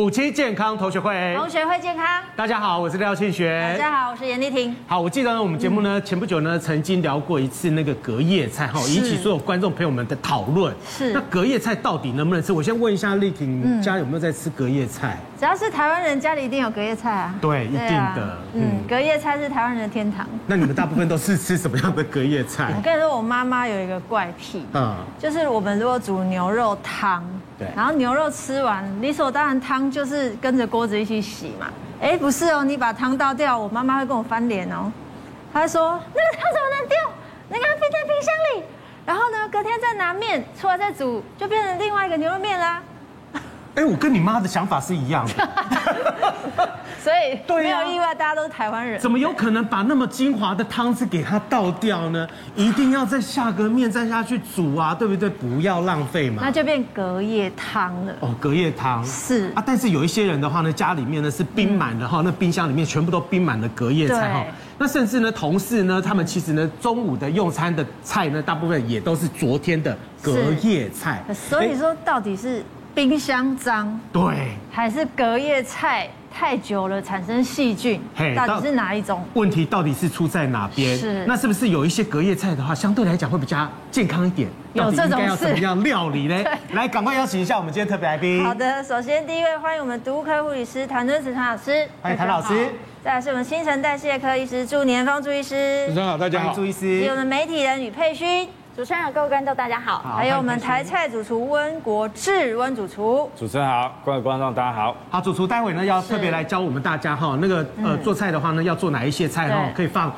母亲健康同学会， 同学会健康。 大家好，我是廖庆学。 大家好，我是严丽婷。 好，我记得呢，我们节目呢前不久呢曾经聊过一次那个隔夜菜哈，引起所有观众朋友们的讨论。 是。 那隔夜菜到底能不能吃？我先问一下丽婷，家有没有在吃隔夜菜？ 只要是台湾人，家里一定有隔夜菜啊。 对，一定的。 隔夜菜是台湾人的天堂。 那你们大部分都是吃什么样的隔夜菜？ 我跟你说，我妈妈有一个怪癖，就是我们如果煮牛肉汤，对，然后牛肉吃完，理所当然汤就是跟着锅子一起洗嘛。哎，不是哦，你把汤倒掉，我妈妈会跟我翻脸哦。她会说那个汤怎么能丢？那个放在冰箱里，然后呢，隔天再拿面出来再煮，就变成另外一个牛肉面啦。 哎，我跟你妈的想法是一样的， 所以没有意外，大家都是台湾人。 怎么有可能把那么精华的汤汁给它倒掉呢？一定要再下个面再下去煮啊，对不对？不要浪费嘛。 那就变隔夜汤了。 哦，隔夜汤是啊，但是有一些人的话呢，家里面呢是冰满的哈，那冰箱里面全部都冰满了隔夜菜哈。那甚至呢，同事呢，他们其实呢，中午的用餐的菜呢，大部分也都是昨天的隔夜菜。 所以说，到底是冰箱脏， 对， 还是隔夜菜太久了产生细菌？到底是哪一种？ 问题到底是出在哪边？ 是， 那是不是有一些隔夜菜的话，相对来讲会比较健康一点？ 有这种事？ 应该要怎么样料理呢？来，赶快邀请一下我们今天特别来宾。 好的，首先第一位欢迎我们毒物科护理师谭敦慈谭老师， 欢迎谭老师。 再来是我们新陈代谢科医师朱年芳朱医师， 主持人好，大家好， 朱医师。 还有我们媒体人吕佩勋。 主持人好，各位观众大家好。 还有我们台菜主厨温国志温主厨。 主持人好，各位观众大家好。 好，主厨待会呢要特别来教我们大家哈，那个做菜的话呢要做哪一些菜哈，可以放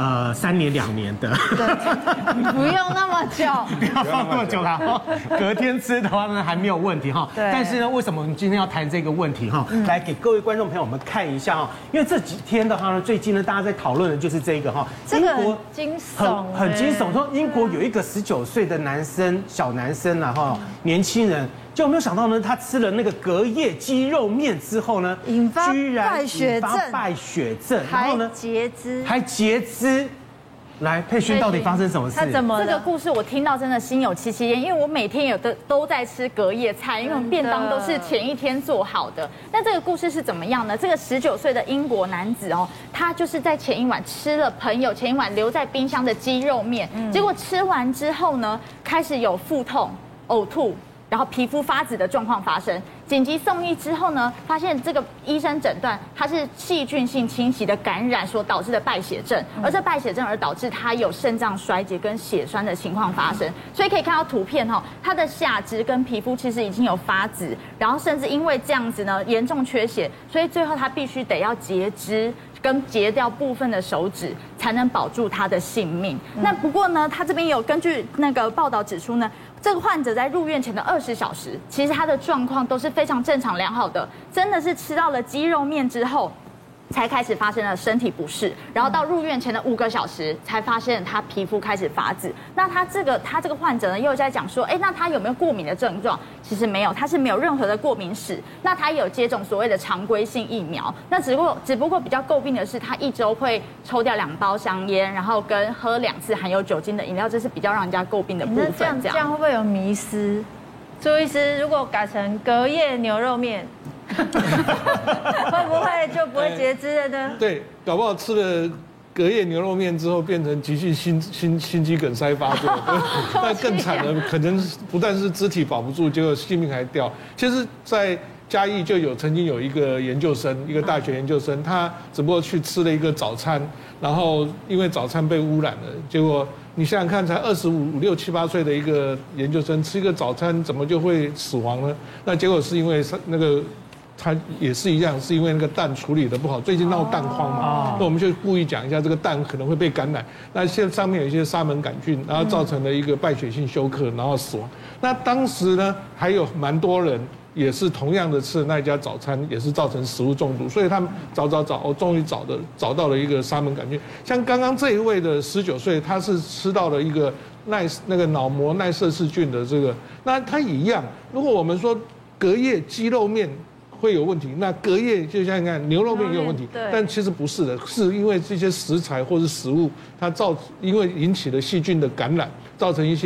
3年2年的。 对，不用那么久， 不要放那么久啦。隔天吃的话呢还没有问题哈。 对。 但是呢，为什么我们今天要谈这个问题哈？来给各位观众朋友们看一下哈，因为这几天的话呢，最近呢大家在讨论的就是这个哈， 这个很惊悚， 很惊悚。说英国有一个19岁的男生，小男生啊哈，年轻人。就有没有想到呢？他吃了那个隔夜鸡肉面之后呢， 居然引发败血症，然后呢还截肢。来，佩勋到底发生什么事？ 他怎么这个故事我听到真的心有戚戚焉，因为我每天都在吃隔夜菜，因为我们便当都是前一天做好的。那这个故事是怎么样呢？这个19岁的英国男子哦，他就是在前一晚吃了朋友前一晚留在冰箱的鸡肉面，结果吃完之后呢，开始有腹痛、呕吐。然后皮肤发紫的状况发生，紧急送医之后呢，发现这个医生诊断他是细菌性侵袭的感染所导致的败血症，而这败血症而导致他有肾脏衰竭跟血栓的情况发生，所以可以看到图片哈，他的下肢跟皮肤其实已经有发紫，然后甚至因为这样子呢严重缺血，所以最后他必须得要截肢。跟截掉部分的手指，才能保住他的性命。那不过呢，他这边有根据那个报道指出呢，这个患者在入院前的20小时，其实他的状况都是非常正常良好的，真的是吃到了鸡肉面之后。才开始发生了身体不适，然后到入院前的5个小时才发现他皮肤开始发紫。那他这个患者呢，又在讲说，哎，那他有没有过敏的症状？其实没有，他是没有任何的过敏史。那他有接种所谓的常规性疫苗，那只不过比较诟病的是，他1周会抽掉2包香烟，然后跟喝2次含有酒精的饮料，这是比较让人家诟病的部分。 这样会不会有迷思？朱医师，如果改成隔夜牛肉面？会不会就不会截肢了呢？ 对，搞不好吃了隔夜牛肉面之后，变成急性心肌梗塞发作。那更惨的，可能不但是肢体保不住，结果性命还掉。其实，在嘉义就曾经有一个研究生，一个大学研究生，他只不过去吃了一个早餐，然后因为早餐被污染了，结果你想想看，才25、6、7、8岁的一个研究生吃一个早餐，怎么就会死亡呢？那结果是因为那个。它也是一样，是因为那个蛋处理的不好，最近闹蛋荒嘛，那我们就故意讲一下这个蛋可能会被感染，那现在上面有一些沙门杆菌，然后造成了一个败血性休克，然后死亡。那当时呢，还有蛮多人也是同样的吃那一家早餐，也是造成食物中毒，所以他们找，终于找到了一个沙门杆菌。像刚刚这一位的19岁，他是吃到了一个那个脑膜耐色氏菌的这个，那他一样，如果我们说隔夜鸡肉面。会有问题，那隔夜就像你看牛肉面也有问题，但其实不是的，是因为这些食材或是食物，它因为引起了细菌的感染，造成一些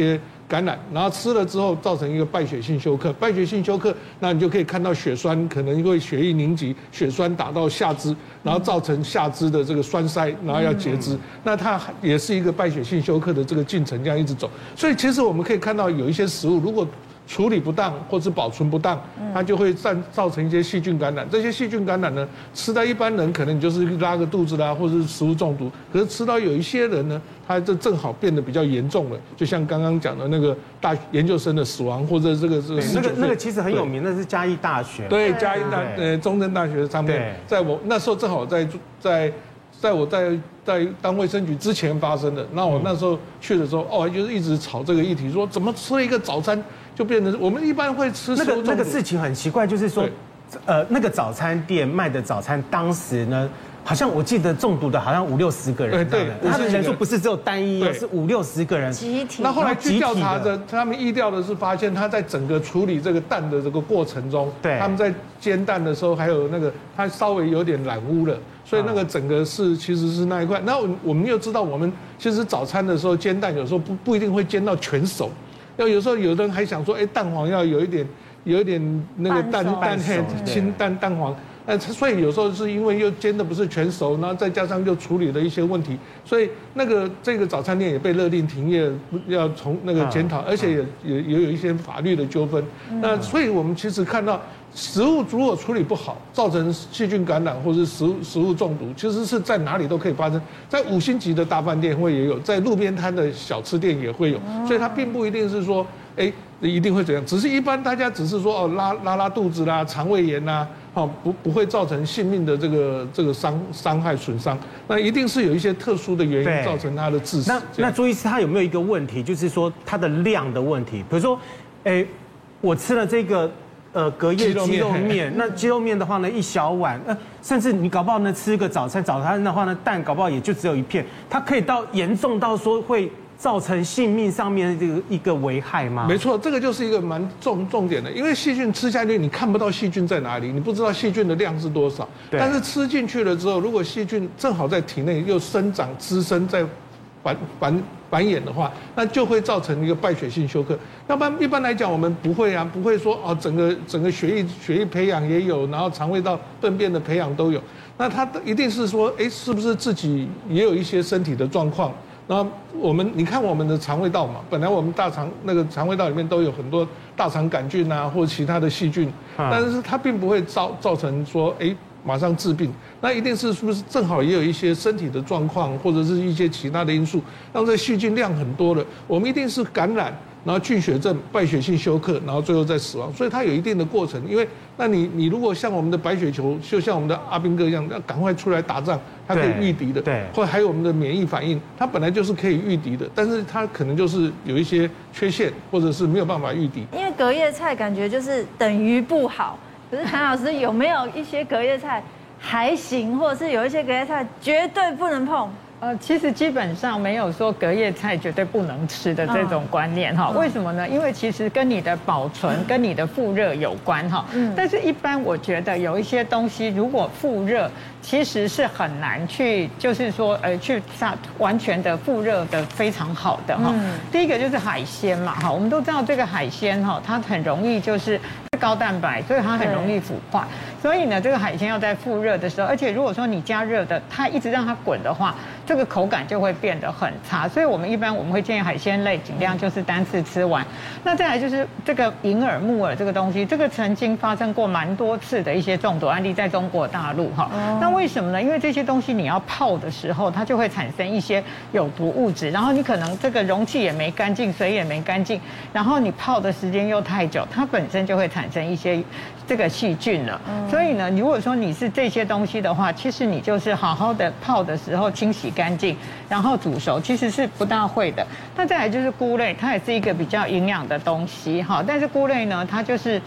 感染，然后吃了之后造成一个败血性休克。败血性休克，那你就可以看到血栓可能因为血液凝集，血栓打到下肢，然后造成下肢的这个栓塞，然后要截肢。那它也是一个败血性休克的这个进程，这样一直走。所以其实我们可以看到有一些食物如果处理不当或是保存不当，它就会造成一些细菌感染。这些细菌感染呢，吃到一般人可能你就是拉个肚子啦，或者是食物中毒。可是吃到有一些人呢，他这正好变得比较严重了，就像刚刚讲的那个研究生的死亡，或者这个那个其实很有名，那是嘉义大学。 对，嘉义中正大学上面，在我那时候正好在我在当卫生局之前发生的。那我那时候去的时候，就是一直吵这个议题，说怎么吃了一个早餐就变成我们一般会吃那个事情很奇怪，就是说，那个早餐店卖的早餐，当时呢，好像我记得中毒的好像50-60个人，对，他的人数不是只有单一，是50-60个人集体。 那后来去调查的，他们疫调的是发现他在整个处理这个蛋的这个过程中，他们在煎蛋的时候，还有那个他稍微有点染污了。所以那个整个其实是那一块。那我们又知道，我们其实早餐的时候煎蛋有时候不一定会煎到全熟，有时候有的人还想说，蛋黄要有一点那个蛋清蛋黄。所以有时候是因为又煎的不是全熟，然后再加上又处理了一些问题，所以这个早餐店也被勒令停业，要从那个检讨，而且也有一些法律的纠纷。那所以我们其实看到，食物如果处理不好，造成细菌感染或是食物中毒，其实是在哪里都可以发生，在5星级的大饭店也有，在路边摊的小吃店也会有，所以它并不一定是说，一定会怎样，只是一般大家只是说拉肚子啦、肠胃炎啦，不会造成性命的这个伤害损伤，那一定是有一些特殊的原因造成它的致死。 那朱医师他有没有一个问题，就是说它的量的问题？比如说，我吃了这个隔夜鸡肉面，那鸡肉面的话呢，1小碗，甚至你搞不好呢吃个早餐的话呢，蛋搞不好也就只有1片，它可以到严重到说会造成性命上面的一个危害吗？ 没错，这个就是一个蛮重点的，因为细菌吃下去，你看不到细菌在哪里，你不知道细菌的量是多少。但是吃进去了之后，如果细菌正好在体内又生长滋生在繁衍的话，那就会造成一个败血性休克。要不然一般来讲，我们不会说整个血液培养也有，然后肠胃道粪便的培养都有。那他一定是说，是不是自己也有一些身体的状况？然后你看我们的肠胃道嘛，本来我们大肠那个肠胃道里面都有很多大肠杆菌啊，或者其他的细菌，但是它并不会造成说马上致病，那一定是不是正好也有一些身体的状况，或者是一些其他的因素，让这细菌量很多了，我们一定是感染，然后菌血症、败血性休克，然后最后再死亡，所以它有一定的过程。因为那你如果像我们的白血球，就像我们的阿兵哥一样，要赶快出来打仗，它可以御敌的，对，或者还有我们的免疫反应，它本来就是可以御敌的，但是它可能就是有一些缺陷，或者是没有办法御敌。 因为隔夜菜感觉就是等于不好。可是谭老师有没有一些隔夜菜还行，或者是有一些隔夜菜绝对不能碰？ 其实基本上没有说隔夜菜绝对不能吃的这种观念哈。为什么呢？因为其实跟你的保存、跟你的复热有关哈。但是一般我觉得有一些东西如果复热，其实是很难去，就是说去完全的复热的非常好的哈。第一个就是海鲜嘛哈，我们都知道这个海鲜哈，它很容易就是高蛋白，所以它很容易腐坏。所以呢，这个海鲜要在复热的时候，而且如果说你加热的，它一直让它滚的话，这个口感就会变得很差。所以我们一般会建议海鲜类尽量就是单次吃完。那再来就是这个银耳、木耳这个东西，这个曾经发生过蛮多次的一些中毒案例在中国大陆哈。那为什么呢？因为这些东西你要泡的时候，它就会产生一些有毒物质，然后你可能这个容器也没干净，水也没干净，然后你泡的时间又太久，它本身就会产生一些这个细菌了。所以呢，如果说你是这些东西的话，其实你就是好好的泡的时候清洗干净，然后煮熟，其实是不大会的。那再来就是菇类，它也是一个比较营养的东西哈，但是菇类呢，它就是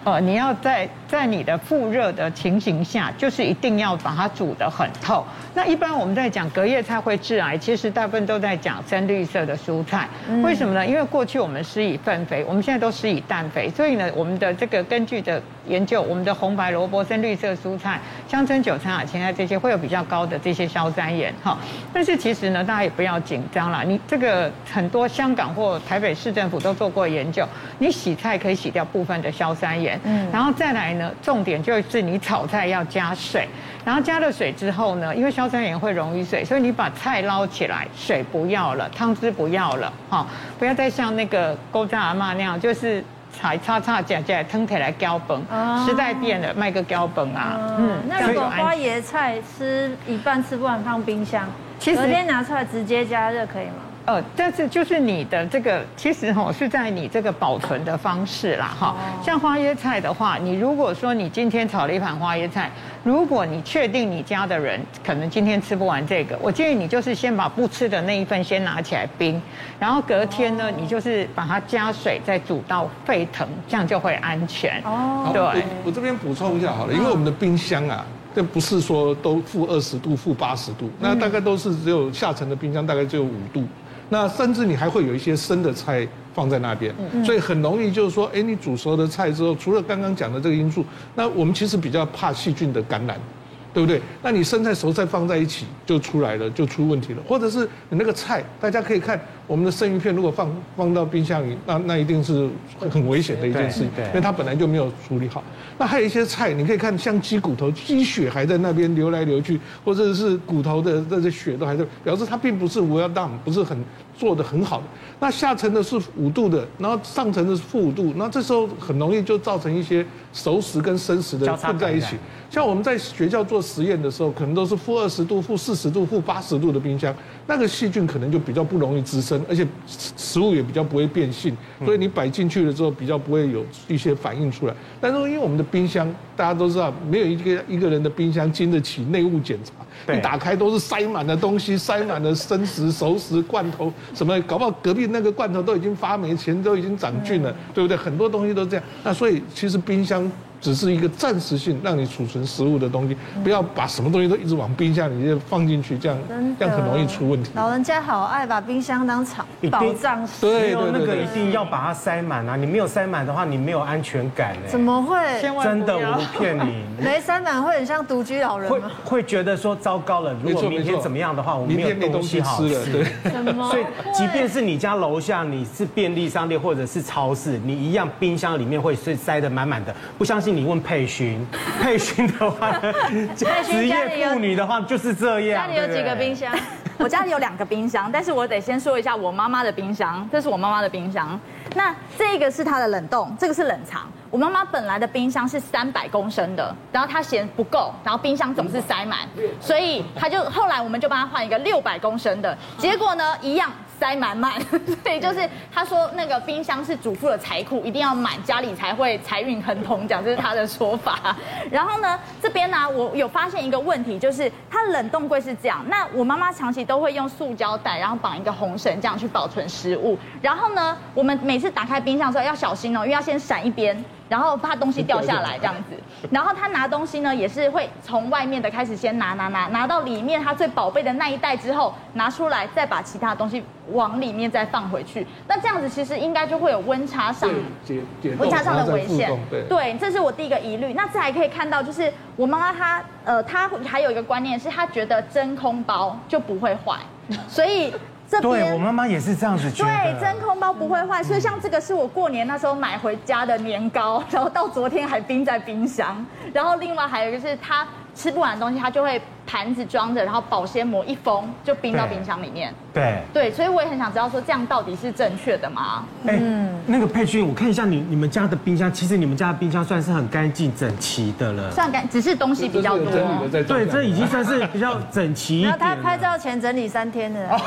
你要在你的复热的情形下，就是一定要把它煮得很透。那一般我们在讲隔夜菜会致癌，其实大部分都在讲深绿色的蔬菜。为什么呢？因为过去我们施以粪肥，我们现在都施以氮肥，所以呢，我们的这个根据的研究，我们的红白萝卜、深绿色蔬菜、香椿、韭菜、芹菜这些会有比较高的这些硝酸盐哈。但是其实呢，大家也不要紧张啦，你这个很多香港或台北市政府都做过研究，你洗菜可以洗掉部分的硝酸盐。然后再来呢，重点就是你炒菜要加水，然后加了水之后呢，因为硝酸盐会溶于水，所以你把菜捞起来，水不要了，汤汁不要了，不要再像那个勾炸阿嬷那样，就是菜叉夹汤起来浇崩，时代变了，卖个浇崩啊。 那如果花椰菜吃一半吃不完放冰箱，隔天拿出来直接加热可以吗？ 但是就是你的这个，其实是在你这个保存的方式啦哈。像花椰菜的话，你如果说你今天炒了一盘花椰菜，如果你确定你家的人可能今天吃不完这个，我建议你就是先把不吃的那一份先拿起来冰，然后隔天呢，你就是把它加水再煮到沸腾，这样就会安全。对， 我这边补充一下好了，因为我们的冰箱啊。这不是说都-20度、-80度，那大概都是只有下层的冰箱大概只有5度，那甚至你还会有一些生的菜放在那边，所以很容易就是说，你煮熟的菜之后，除了刚刚讲的这个因素，那我们其实比较怕细菌的感染。对不对？那你生菜熟菜放在一起就出来了，就出问题了。或者是你那个菜，大家可以看我们的生鱼片，如果放到冰箱里，那一定是很危险的一件事情，因为它本来就没有处理好。那还有一些菜，你可以看像鸡骨头，鸡血还在那边流来流去，或者是骨头的这些血都还在，表示它并不是well done，不是很做得很好的。那下层的是5度的，然后上层的是-5度，那这时候很容易就造成一些熟食跟生食的混在一起。像我们在学校做实验的时候，可能都是-20度、-40度、-80度的冰箱，那个细菌可能就比较不容易滋生，而且食物也比较不会变性，所以你摆进去了之后比较不会有一些反应出来。但是因为我们的冰箱大家都知道，没有一个人的冰箱经得起内务检查，一打开都是塞满了东西，塞满了生食、熟食、罐头什么，搞不好隔壁那个罐头都已经发霉，钱都已经长菌了，对不对？很多东西都这样。那所以其实冰箱只是一个暂时性让你储存食物的东西，不要把什么东西都一直往冰箱里放进去，这样很容易出问题。 老人家好爱把冰箱当宝藏室， 对，那个一定要把它塞满啊！你没有塞满的话，你没有安全感。 怎么会？ 真的，我不骗你。 没塞满会很像独居老人吗？ 会觉得说糟糕了，如果明天怎么样的话，我们没有东西好吃。 对， 所以即便是你家楼下你是便利商店或者是超市，你一样冰箱里面会是塞得满满的。不相信你问佩勋的话呢，职业妇女的话就是这样。 家里有几个冰箱？ 我家里有2个冰箱，但是我得先说一下我妈妈的冰箱，这是我妈妈的冰箱。那这个是她的冷冻，这个是冷藏。我妈妈本来的冰箱是300公升的，然后她嫌不够，然后冰箱总是塞满，所以后来我们就帮她换一个600公升的，结果呢一样塞满，所以就是他说那个冰箱是主妇的财库，一定要满，家里才会财运亨通，这是他的说法。然后呢，这边呢，我有发现一个问题，就是它冷冻柜是这样，那我妈妈长期都会用塑胶袋，然后绑一个红绳这样去保存食物。然后呢，我们每次打开冰箱的时候要小心哦，因为要先闪一边。然后怕东西掉下来这样子，然后他拿东西呢也是会从外面的开始先拿到里面他最宝贝的那一袋之后拿出来，再把其他的东西往里面再放回去。那这样子其实应该就会有温差上的危险。对，这是我第一个疑虑。那再还可以看到，就是我妈妈她还有一个观念是，她觉得真空包就不会坏，所以。 对我妈妈也是这样子觉得， 对，真空包不会坏，所以像这个是我过年那时候买回家的年糕，然后到昨天还冰在冰箱。然后另外还有一个是他吃不完的东西，他就会盘子装着，然后保鲜膜一封就冰到冰箱里面。对，所以我也很想知道说这样到底是正确的吗？ 那个佩君，我看一下你们家的冰箱，其实你们家的冰箱算是很干净整齐的了， 算干，只是东西比较多。 对，这已经算是比较整齐一点。 他拍照前整理3天的。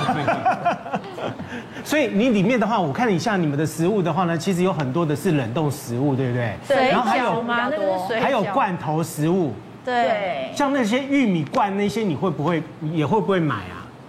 所以你里面的话，我看一下你们的食物的话呢，其实有很多的是冷冻食物，对不对？ 对， 然后还有罐头食物。 对， 像那些玉米罐那些，你会不会买啊？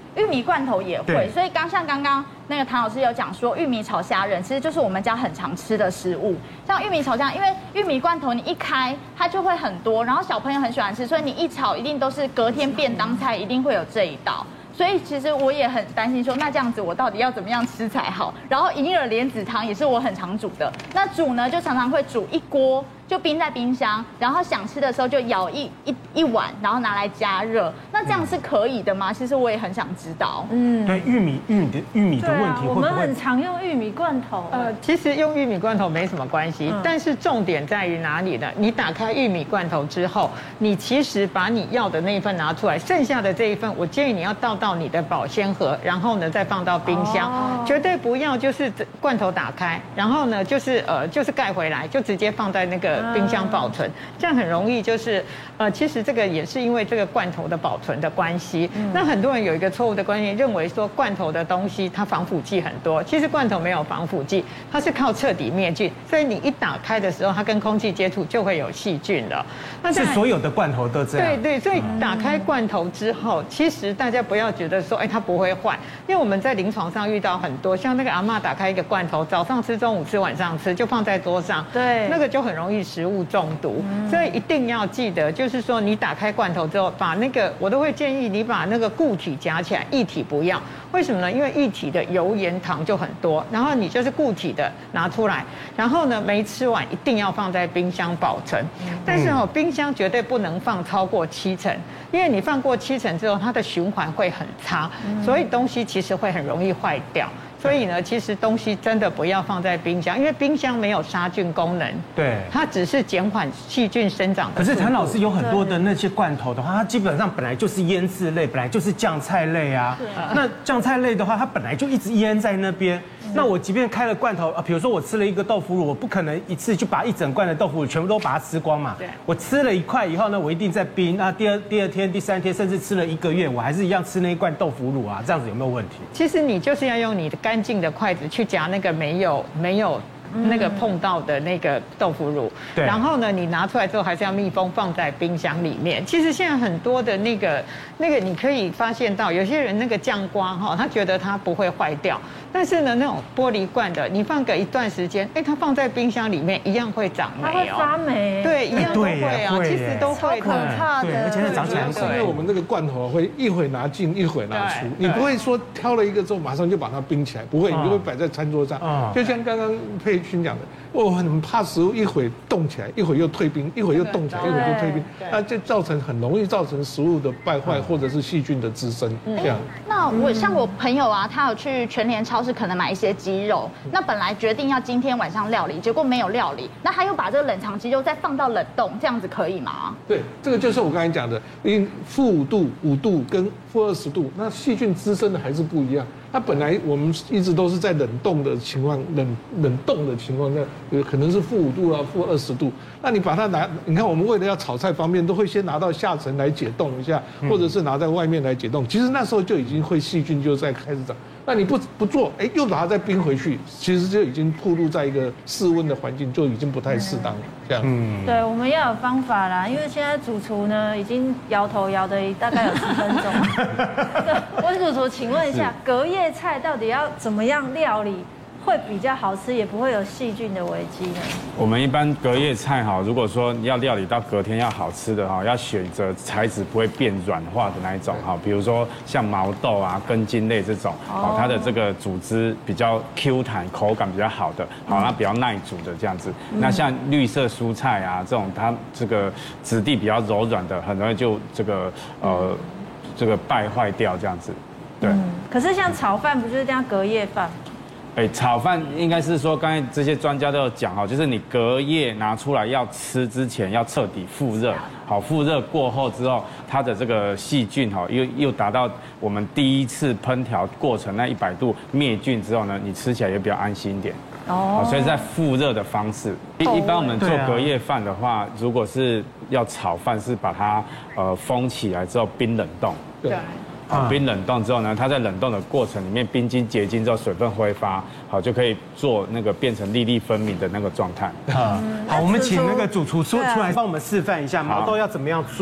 玉米罐头也会。所以像刚刚那个唐老师有讲说，玉米炒虾仁其实就是我们家很常吃的食物。像玉米炒虾，因为玉米罐头你一开它就会很多，然后小朋友很喜欢吃，所以你一炒一定都是隔天便当菜，一定会有这一道。所以其实我也很担心说，那这样子我到底要怎么样吃才好？然后银耳莲子汤也是我很常煮的，那煮呢就常常会煮一锅，就冰在冰箱，然后想吃的时候就舀一碗，然后拿来加热。那这样是可以的吗？其实我也很想知道。 对，玉米的问题会不会？ 我们很常用玉米罐头。 其实用玉米罐头没什么关系，但是重点在于哪里呢？你打开玉米罐头之后，你其实把你要的那一份拿出来，剩下的这一份，我建议你要倒到你的保鲜盒，然后呢再放到冰箱，绝对不要就是罐头打开，然后呢就是盖回来，就直接放在那个冰箱保存，这样很容易就是其实这个也是因为这个罐头的保存的关系。那很多人有一个错误的观念，认为说罐头的东西它防腐剂很多，其实罐头没有防腐剂，它是靠彻底灭菌，所以你一打开的时候，它跟空气接触就会有细菌了。 那是所有的罐头都这样？ 对，所以打开罐头之后，其实大家不要觉得说，它不会坏，因为我们在临床上遇到很多，像那个阿嬷打开一个罐头，早上吃、中午吃、晚上吃，就放在桌上，对，那个就很容易食物中毒。所以一定要记得，就是说你打开罐头之后，把那个我都会建议你把那个固体夹起来，液体不要。为什么呢？因为液体的油盐糖就很多，然后你就是固体的拿出来，然后呢没吃完一定要放在冰箱保存。但是冰箱绝对不能放超过70%，因为你放过70%之后，它的循环会很差，所以东西其实会很容易坏掉。所以呢，其实东西真的不要放在冰箱，因为冰箱没有杀菌功能， 对， 它只是减缓细菌生长的。 可是谭老师有很多的那些罐头的话，它基本上本来就是腌制类，本来就是酱菜类啊。那酱菜类的话，它本来就一直腌在那边。那我即便开了罐头，比如说我吃了一个豆腐乳，我不可能一次就把一整罐的豆腐乳全部都把它吃光嘛。对，我吃了一块以后呢，我一定在冰。那第二天、第3天，甚至吃了1个月，我还是一样吃那一罐豆腐乳啊，这样子有没有问题？ 其实你就是要用你的干净的筷子去夹那个没有那个碰到的那个豆腐乳，对，然后呢，你拿出来之后还是要密封放在冰箱里面。其实现在很多的那个你可以发现到，有些人那个酱瓜他觉得它不会坏掉，但是呢，那种玻璃罐的，你放个一段时间，它放在冰箱里面一样会长霉， 它会发霉， 对，一样都会啊，其实都会， 可怕的， 而且它长起来是因为我们那个罐头会一会拿进，一会拿出，你不会说挑了一个之后马上就把它冰起来，不会，你就会摆在餐桌上，就像刚刚佩君讲的。我很怕食物一会动起来，一会又退冰，一会又动起来，一会又退冰，那就很容易造成食物的败坏或者是细菌的滋生。这样。 那像我朋友啊，他有去全联超市可能买一些鸡肉，那本来决定要今天晚上料理，结果没有料理，那他又把这个冷藏鸡肉再放到冷冻，这样子可以吗？ 对，这个就是我刚才讲的，因为-5度、5度跟-20度，那细菌滋生的还是不一样。它本来我们一直都是在冷冻的情况下，可能是-5度啊、-20度。那你把它你看我们为了要炒菜方便，都会先拿到下层来解冻一下，或者是拿在外面来解冻。其实那时候就已经会细菌就在开始长。那你不做，又把它再冰回去，其实就已经暴露在一个室温的环境，就已经不太适当了。这样。 对，我们要有方法啦，因为现在主厨呢已经摇头摇的大概有10分钟。温主厨，请问一下，隔夜菜到底要怎么样料理会比较好吃，也不会有细菌的危机呢？ 我们一般隔夜菜如果说要料理到隔天要好吃的要选择材质不会变软化的那一种比如说像毛豆啊、根茎类这种它的这个组织比较 Q 弹，口感比较好的那比较耐煮的这样子。那像绿色蔬菜啊这种，它这个质地比较柔软的，很容易就这个败坏掉这样子。对。 可是像炒饭不就是这样隔夜饭？ 炒饭应该是说，刚才这些专家都有讲就是你隔夜拿出来要吃之前要彻底复热，复热过后之后，它的这个细菌又达到我们第一次烹调过程那100度灭菌之后呢，你吃起来也比较安心一点。所以在复热的方式，一般我们做隔夜饭的话，如果是要炒饭，是把它封起来之后冰冷冻。对。冰冷冻之后呢，它在冷冻的过程里面，冰晶结晶之后，水分挥发，就可以做那个变成粒粒分明的那个状态。 好，我们请那个主厨出来帮我们示范一下毛豆要怎么样做。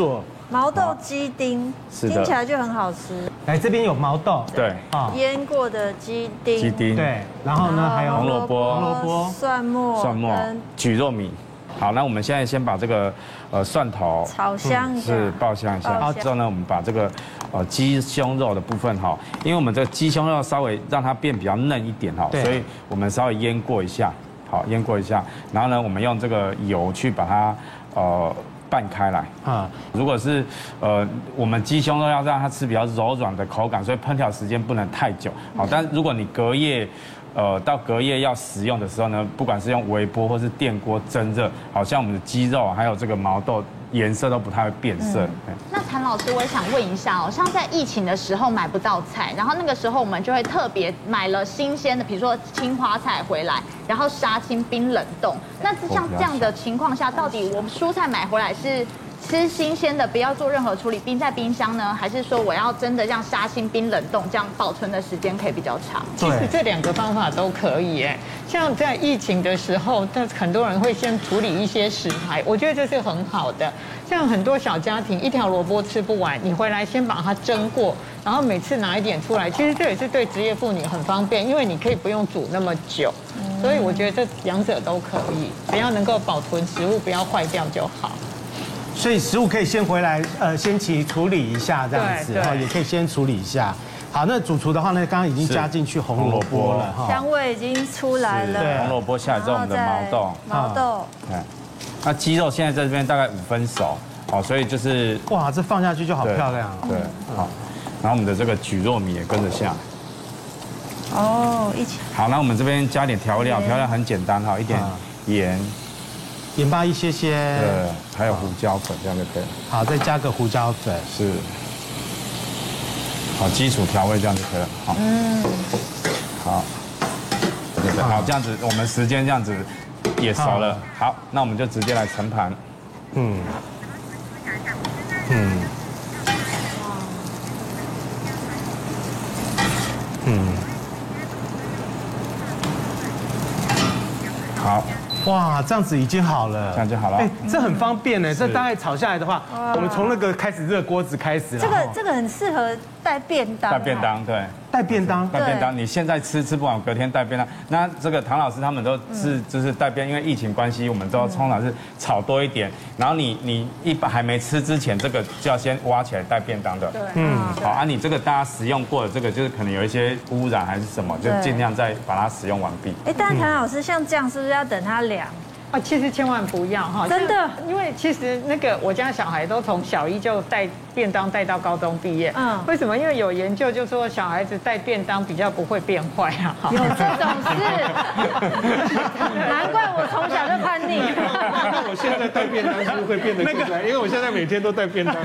毛豆鸡丁，听起来就很好吃。 来这边有毛豆， 对， 腌过的鸡丁， 对，然后呢还有红萝卜、 蒜末、 蒟蒻米。好，那我们现在先把这个蒜头炒香一下， 是爆香一下。好，之后呢，我们把这个鸡胸肉的部分哈，因为我们这个鸡胸肉稍微让它变比较嫩一点哈，所以我们稍微腌过一下，好，腌过一下，然后呢，我们用这个油去把它拌开来啊。如果是我们鸡胸肉要让它吃比较柔软的口感，所以烹调时间不能太久。好，但如果你隔夜到隔夜要食用的时候呢，不管是用微波或是电锅蒸热，好像我们的鸡肉还有这个毛豆颜色都不太会变色。 那谭老师，我也想问一下哦，像在疫情的时候买不到菜，然后那个时候我们就会特别买了新鲜的，比如说青花菜回来，然后杀青冰冷冻。那像这样的情况下，到底我们蔬菜买回来是吃新鲜的，不要做任何处理，冰在冰箱呢，还是说我要真的让杀青冰冷冻，这样保存的时间可以比较长？ 其实这2个方法都可以哎。像在疫情的时候，很多人会先处理一些食材，我觉得这是很好的。像很多小家庭1条萝卜吃不完，你回来先把它蒸过，然后每次拿一点出来，其实这也是对职业妇女很方便，因为你可以不用煮那么久。所以我觉得这2者都可以，只要能够保存食物不要坏掉就好。 所以食物可以先回来，先处理一下这样子，也可以先处理一下。好，那主厨的话呢，刚刚已经加进去红萝卜了， 香味已经出来了。 对，红萝卜下来之后，我们的毛豆， 对，那鸡肉现在在这边大概5分熟，好，所以就是哇，这放下去就好漂亮。 对，好，然后我们的这个蒟蒻米也跟着下。 一起。 好，那我们这边加点调料，调料很简单哈，一点盐巴一些， 对，还有胡椒粉，这样就可以了。 好，再加个胡椒粉， 是。好，基础调味这样就可以了。好，好，好，这样子，我们时间这样子也熟了。好，那我们就直接来盛盘。好。 哇，这样子已经好了， 这样就好了。 这很方便呢。这大概炒下来的话，我们从那个开始热锅子开始。 这个很适合带便当。 带便当，对。 带便当， 你现在吃不完，隔天带便当。那这个唐老师他们都是就是带便，因为疫情关系，我们都通常是炒多一点。然后你还没吃之前，这个就要先挖起来带便当的。 对， 好啊，你这个大家食用过的这个，就是可能有一些污染还是什么，就尽量再把它使用完毕。 但是谭老师像这样是不是要等它凉？ 其实千万不要哈， 真的， 因为其实那个我家小孩都从小1就带便当带到高中毕业。为什么？因为有研究就说小孩子带便当比较不会变坏啊。 有这种事，难怪我从小就叛逆。 我现在带便当是不是会变得更快？因为我现在每天都带便当。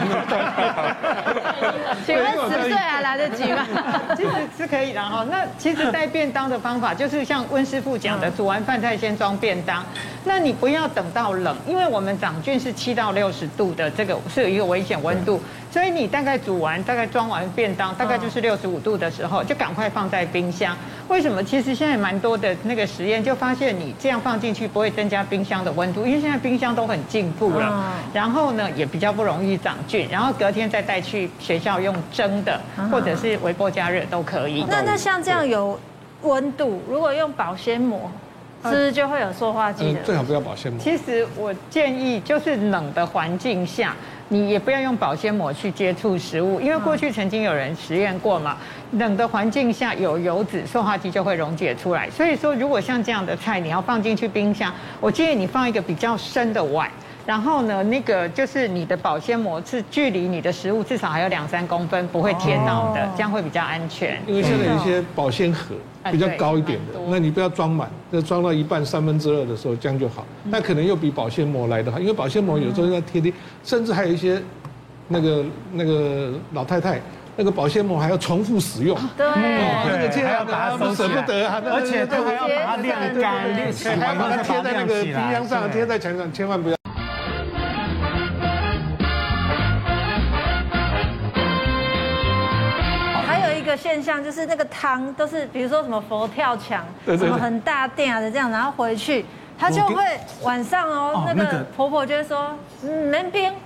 请问10岁还来得及吗？ 其实是可以的哈。那其实带便当的方法就是像温师傅讲的，煮完饭菜先装便当。那你不要等到冷，因为我们长菌是7到60度的，这个是有一个危险温度，所以你大概煮完、大概装完便当，大概就是65度的时候，就赶快放在冰箱。为什么？其实现在蛮多的那个实验就发现，你这样放进去不会增加冰箱的温度，因为现在冰箱都很进步了，然后呢也比较不容易长菌，然后隔天再带去学校用蒸的，或者是微波加热都可以。 那像这样有温度，如果用保鲜膜。是不是就会有塑化剂的？ 最好不要保鲜膜。 其实我建议就是冷的环境下，你也不要用保鲜膜去接触食物，因为过去曾经有人实验过嘛，冷的环境下有油脂，塑化剂就会溶解出来。所以说，如果像这样的菜，你要放进去冰箱，我建议你放一个比较深的碗。然后呢，那个就是你的保鲜膜是距离你的食物至少还有2-3公分，不会贴到的，这样会比较安全。 因为现在有一些保鲜盒比较高一点的，那你不要装满，就装到一半2/3的时候，这样就好。那可能又比保鲜膜来的好，因为保鲜膜有时候要贴，甚至还有一些那个老太太。那个保鲜膜还要重复使用， 对， 那个还要把它收舍不得啊， 而且都还要把它晾干， 还要把它贴在那个冰箱上，贴在墙上，千万不要。 还有一个现象就是那个汤都是，比如说什么佛跳墙，什么很大店的这样，然后回去他就会晚上那个婆婆就会说，免冰。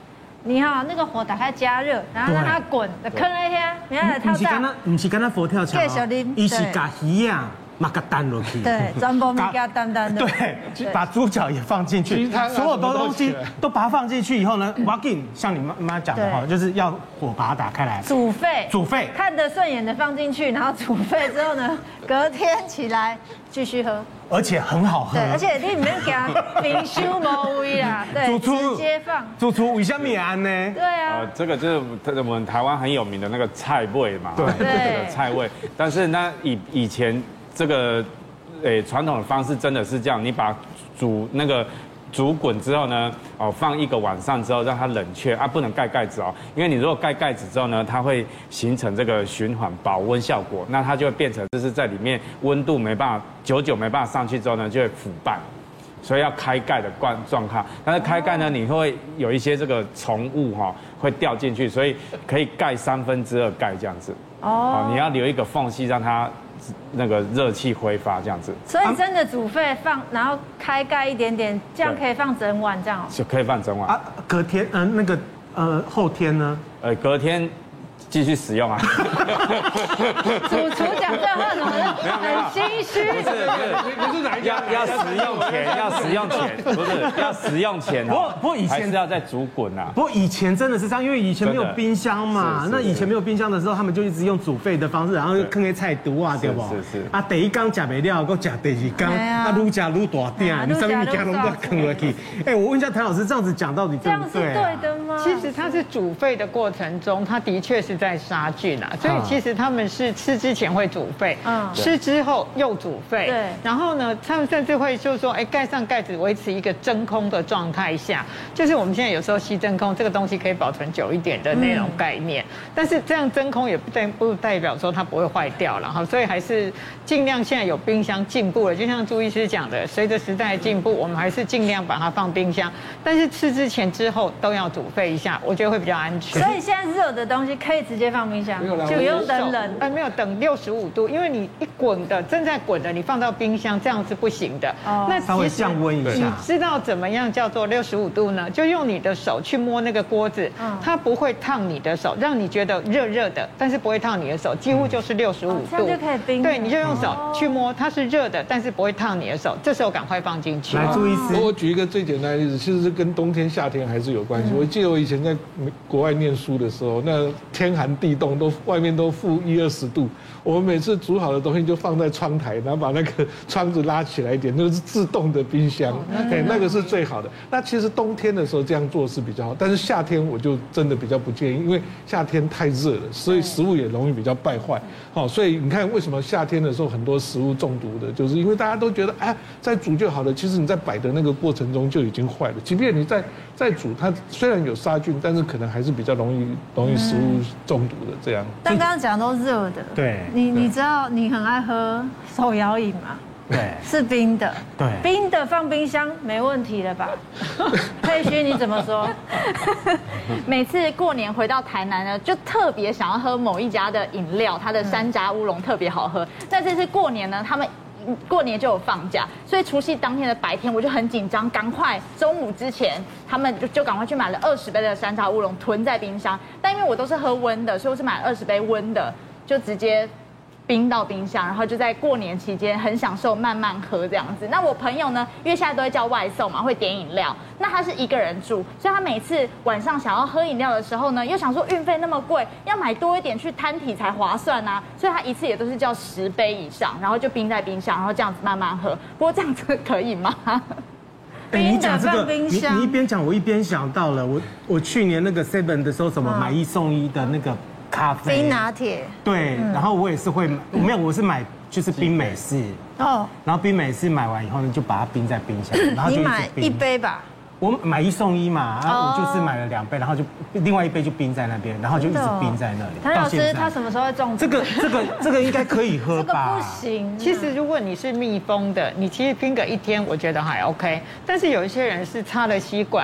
你那个火打开加热，然后让它滚，坑一下，你看它到。 不是跟他佛跳墙，伊是把鱼啊。马个蛋落去， 对，全部给它淡淡的， 对，把猪脚也放进去，所有的东西都把它放进去以后呢，我要给你像你妈讲的哈，就是要火把它打开来， 煮沸，看得顺眼的放进去，然后煮沸之后呢，隔天起来继续喝， 而且很好喝， 对，而且你里面给它冰箱无味啦，对，直接放。 主厨为什么安呢？ 对啊， 这个就是我们台湾很有名的那个菜味嘛， 对， 这个菜味，但是呢以前。这个，传统的方式真的是这样，你把煮滚之后呢，放1个晚上之后让它冷却啊，不能盖盖子哦，因为你如果盖盖子之后呢，它会形成这个循环保温效果，那它就会变成就是在里面温度没办法久没办法上去之后呢，就会腐败，所以要开盖的状况。但是开盖呢，你会有一些这个虫物会掉进去，所以可以盖2/3盖这样子。哦，你要留一个缝隙让它。那个热气挥发这样子， 所以真的煮沸放，然后开盖一点点，这样可以放整晚这样哦。 就可以放整晚啊。隔天后天呢？ 隔天继续使用啊。 主厨讲这话怎么很心虚？ 不是哪一家？要使用前，不是要使用前。 不过以前是要再煮滚啊。 不过以前真的是这样，因为以前没有冰箱嘛。那以前没有冰箱的时候，他们就一直用煮沸的方式，然后就坑些菜毒啊，对不？ 是。 啊，第一缸吃没了，够吃第二缸，啊，愈吃愈大点，你上面加拢都坑下去。我问一下谭老师，这样子讲到底对不对？ 这样是对的吗？ 其实它是煮沸的过程中，它的确是在杀菌啊，所以其实他们是吃之前会煮沸，吃之后又煮沸， 对。 然后呢，他们甚至会就是说，盖上盖子，维持一个真空的状态下，就是我们现在有时候吸真空，这个东西可以保存久一点的那种概念。但是这样真空也不代表说它不会坏掉了哈，所以还是尽量现在有冰箱进步了，就像朱医师讲的，随着时代的进步，我们还是尽量把它放冰箱，但是吃之前之后都要煮沸一下，我觉得会比较安全。 所以现在热的东西可以直接放冰箱，就不用等冷。 没有等65度，因为你一滚的正在滚的，你放到冰箱这样是不行的。 那稍微降温一下。 你知道怎么样叫做65度呢？就用你的手去摸那个锅子，它不会烫你的手，让你觉得热热的，但是不会烫你的手，几乎就是65度， 这样就可以冰。 对，你就用手去摸，它是热的，但是不会烫你的手，这时候赶快放进去。 来，注意我举一个最简单的例子，其实是跟冬天夏天还是有关系。我记得我以前在国外念书的时候，那天寒地冻，外面都-20度，我们每次煮好的东西就放在窗台，然后把那个窗子拉起来一点，那是自动的冰箱，那个是最好的。那其实冬天的时候这样做是比较好，但是夏天我就真的比较不建议，因为夏天太热了，所以食物也容易比较败坏。所以你看为什么夏天的时候很多食物中毒的，就是因为大家都觉得再煮就好了，其实你在摆的那个过程中就已经坏了。即便你再煮，它虽然有杀菌，但是可能还是比较容易食物中毒的这样。 但刚刚讲都热的， 对， 你知道你很爱喝手摇饮吗？ 对， 是冰的， 对， 冰的放冰箱没问题了吧？佩勋你怎么说？ 每次过年回到台南呢，就特别想要喝某一家的饮料，它的山楂乌龙特别好喝。那这次过年呢，他们过年就有放假，所以除夕当天的白天我就很紧张，赶快中午之前他们就赶快去买了20杯的山楂乌龙囤在冰箱。但因为我都是喝温的，所以我是买了20杯温的，就直接冰到冰箱，然后就在过年期间很享受慢慢喝这样子。那我朋友呢，因为现在都会叫外送嘛，会点饮料。那他是一个人住，所以他每次晚上想要喝饮料的时候呢，又想说运费那么贵，要买多一点去摊体才划算啊。所以他一次也都是叫10杯以上，然后就冰在冰箱，然后这样子慢慢喝。不过这样子可以吗？ 你讲这个，你一边讲我一边想到了，我去年那个 Seven 的时候，什么买1送1的那个咖啡冰拿铁， 对，然后我也是会，没有，我是买就是冰美式哦，然后冰美式买完以后呢，就把它冰在冰箱，然后就你买1杯吧。 我买1送1嘛，然后我就是买了2杯，然后就另外1杯就冰在那边，然后就一直冰在那里。 谭老师他什么时候会中毒？ 这个应该可以喝吧？ 这个不行。 其实如果你是密封的，你其实冰个1天，我觉得还 OK。但是有一些人是插了吸管，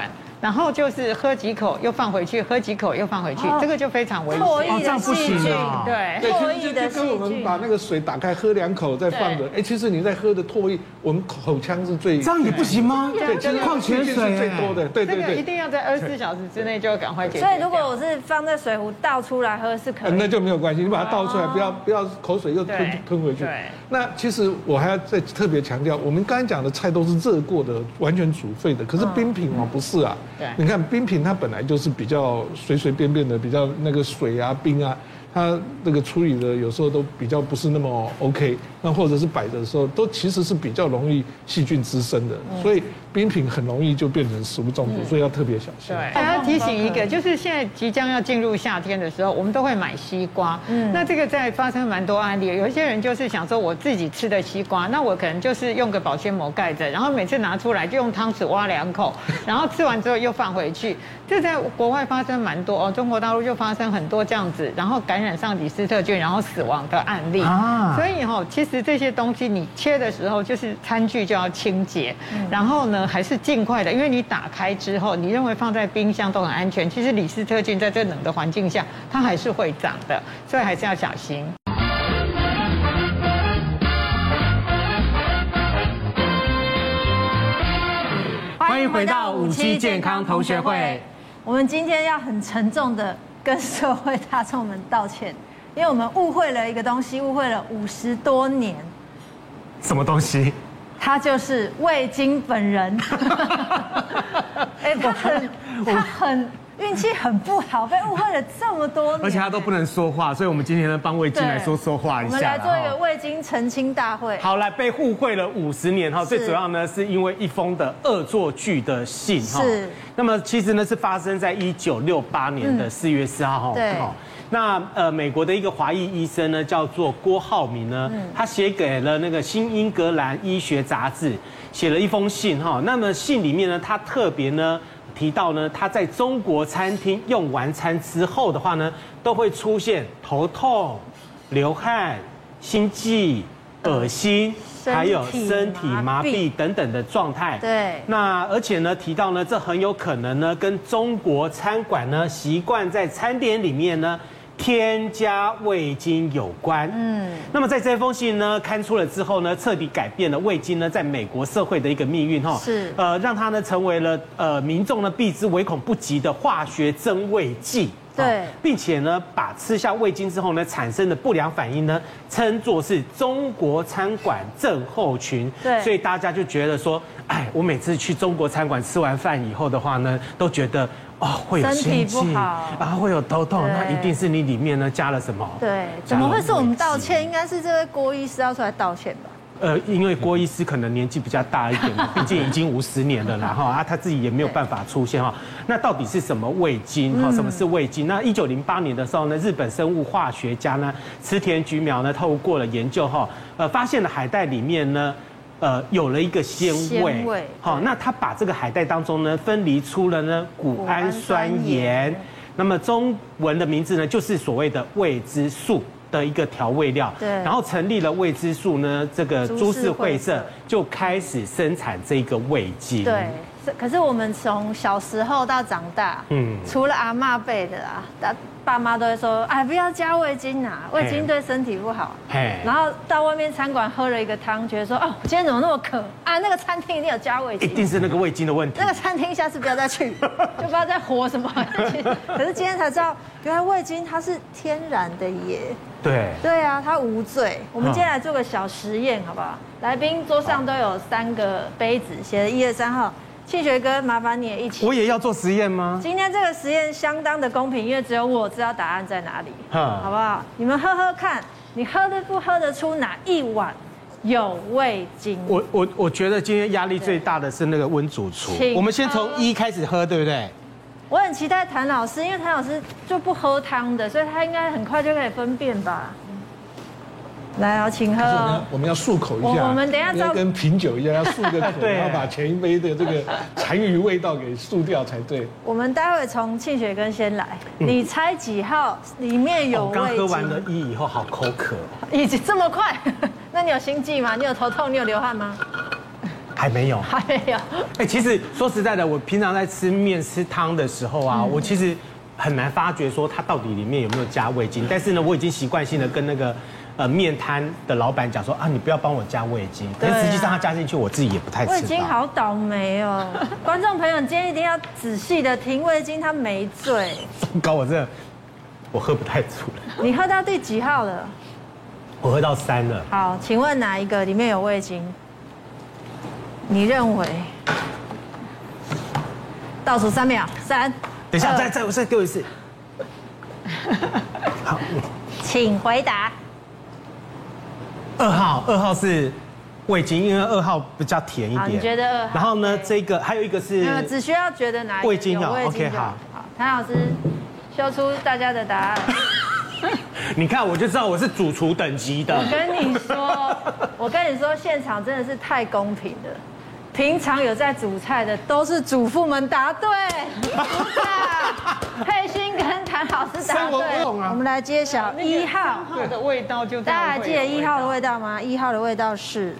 然后就是喝几口又放回去，喝几口又放回去，这个就非常危险。 唾液的细菌， 对， 唾液的细菌， 跟我们把那个水打开喝2口再放着，其实你在喝的唾液，我们口腔是最这样也不行吗？ 对，其实矿泉水是最多的，对。 这个一定要在24小时之内就要赶快解决。 所以如果我是放在水壶倒出来喝是可以， 那就没有关系，你把它倒出来，不要口水又吞回去。 对。 那其实我还要再特别强调，我们刚才讲的菜都是热过的，完全煮沸的，可是冰品不是啊。 对。 你看冰品它本来就是比较随随便便的，比较那个水啊冰啊。它那个处理的有时候都比较不是那么 OK， 那或者是摆的时候都其实是比较容易细菌滋生的，所以冰品很容易就变成食物中毒，所以要特别小心。 对，还要提醒一个，就是现在即将要进入夏天的时候，我们都会买西瓜。那这个在发生蛮多案例，有一些人就是想说我自己吃的西瓜，那我可能就是用个保鲜膜盖着，然后每次拿出来就用汤匙挖2口，然后吃完之后又放回去。这在国外发生蛮多中国大陆就发生很多这样子，然后感染上李斯特菌然后死亡的案例。所以其实这些东西你切的时候就是餐具就要清洁，然后呢还是尽快的，因为你打开之后你认为放在冰箱都很安全，其实李斯特菌在这冷的环境下它还是会长的，所以还是要小心。 欢迎回到57健康同学会。 我们今天要很沉重的跟社会大众们道歉，因为我们误会了一个东西，误会了50多年。 什么东西？ 他就是味精本人。他很运气很不好，被误会了这么多年， 而且他都不能说话，所以我们今天呢帮味精来说话一下。 我们来做一个味精澄清大会。 好，来被误会了50年哈，最主要呢是因为一封的恶作剧的信哈。是。那么其实呢是发生在1968年的4月4号哈。对。那美国的一个华裔医生呢叫做郭浩明呢，他写给了那个新英格兰医学杂志，写了一封信哈。那么信里面呢，他特别呢提到呢，他在中国餐厅用完餐之后的话呢，都会出现头痛、流汗、心悸、恶心，还有身体麻痹等等的状态。对。那而且呢，提到呢，这很有可能呢，跟中国餐馆呢习惯在餐点里面呢添加味精有关。那么在这封信呢刊出了之后呢，彻底改变了味精呢在美国社会的一个命运哈。是。让它呢成为了民众呢避之唯恐不及的化学增味剂。对。并且呢，把吃下味精之后呢产生的不良反应呢，称作是中国餐馆症候群。对。所以大家就觉得说，哎，我每次去中国餐馆吃完饭以后的话呢，都觉得会有心悸，然后会有头痛，那一定是你里面呢加了什么？对， 怎么会是我们道歉？应该是这位郭医师要出来道歉吧？ 因为郭医师可能年纪比较大一点，毕竟已经50年了啦哈，他自己也没有办法出现哈。那到底是什么味精？哈，什么是味精？那1908年的时候呢，日本生物化学家呢池田菊苗呢透过了研究哈，发现了海带里面呢。有了一个鲜味，好，那他把这个海带当中呢分离出了呢谷氨酸盐，那么中文的名字呢就是所谓的味之素的一个调味料，对，然后成立了味之素呢这个株式会社就开始生产这个味精，对。 可是我们从小时候到长大，除了阿嬷辈的啊，爸妈都会说，哎，不要加味精啊，味精对身体不好。然后到外面餐馆喝了一个汤，觉得说，今天怎么那么渴啊？那个餐厅一定有加味精， 一定是那个味精的问题。 那个餐厅下次不要再去，就不知道在活什么。可是今天才知道，原来味精它是天然的耶。对啊，它无罪。我们今天来做个小实验，好不好？来宾桌上都有3个杯子，写了1、2、3号。庆学哥，麻烦你也一起。 我也要做实验吗？ 今天这个实验相当的公平，因为只有我知道答案在哪里，好不好？你们喝喝看，你喝得出哪一碗有味精？ 我觉得今天压力最大的是那个温主厨。我们先从1开始喝，对不对？ 我很期待谭老师，因为谭老师就不喝汤的，所以他应该很快就可以分辨吧。来，请喝。 我们要漱口一下。 我们等一下跟品酒一样，要漱个口，然后把前一杯的这个残余味道给漱掉才对。 我们待会从庆学根先来，你猜几号里面有味精？ 刚喝完了1以后，好口渴。 已经这么快？那你有心悸吗？你有头痛？你有流汗吗？ 还没有。其实说实在的，我平常在吃面吃汤的时候啊，我其实很难发觉说它到底里面有没有加味精。但是呢，我已经习惯性的跟那个面摊的老板讲说啊，你不要帮我加味精。但实际上他加进去，我自己也不太吃到。 味精好倒霉哦，观众朋友，你今天一定要仔细的听，味精它没醉。 糟糕，我喝不太出来。 你喝到第几号了？ 我喝到3了。 好，请问哪一个里面有味精？你认为？倒数3秒，3。 等一下，再给我一次。好， 请回答。 2号是味精，因为2号比较甜一点。 你觉得2号？ 然后呢，这个还有一个是。 只需要觉得哪一个味精啊 ？OK， 好，谭老师秀出大家的答案。 你看，我就知道我是主厨等级的。 我跟你说，现场真的是太公平了。平常有在煮菜的都是主妇们答对，佩欣跟谭老师答对。我们来揭晓1号的味道就大家还记得1号的味道吗？1号的味道是